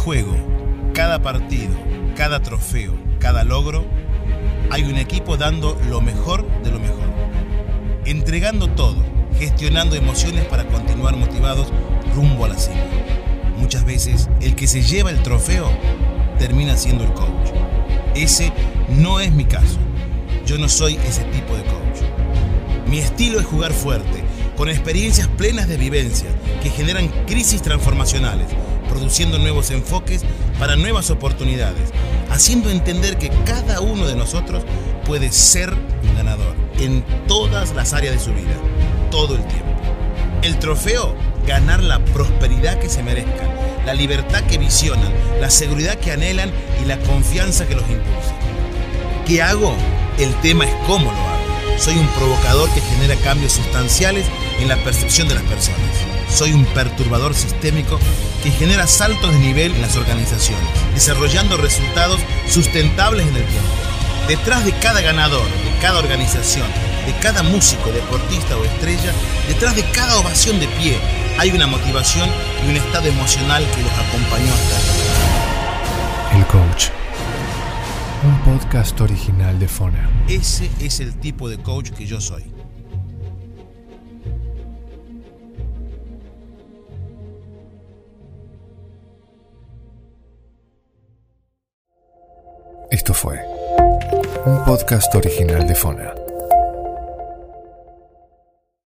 juego, cada partido, cada trofeo, cada logro, hay un equipo dando lo mejor de lo mejor, entregando todo, gestionando emociones para continuar motivados rumbo a la cima. Muchas veces el que se lleva el trofeo termina siendo el coach. Ese no es mi caso. Yo no soy ese tipo de coach. Mi estilo es jugar fuerte, con experiencias plenas de vivencia que generan crisis transformacionales, produciendo nuevos enfoques para nuevas oportunidades, haciendo entender que cada uno de nosotros puede ser un ganador en todas las áreas de su vida, todo el tiempo. El trofeo, ganar la prosperidad que se merezcan, la libertad que visionan, la seguridad que anhelan y la confianza que los impulsa. ¿Qué hago? El tema es cómo lo hago. Soy un provocador que genera cambios sustanciales en la percepción de las personas. Soy un perturbador sistémico que genera saltos de nivel en las organizaciones, desarrollando resultados sustentables en el tiempo. Detrás de cada ganador, de cada organización, de cada músico, deportista o estrella, detrás de cada ovación de pie, hay una motivación y un estado emocional que los acompañó hasta aquí. El Coach, un podcast original de Fona. Ese es el tipo de coach que yo soy. Esto fue un podcast original de Fona.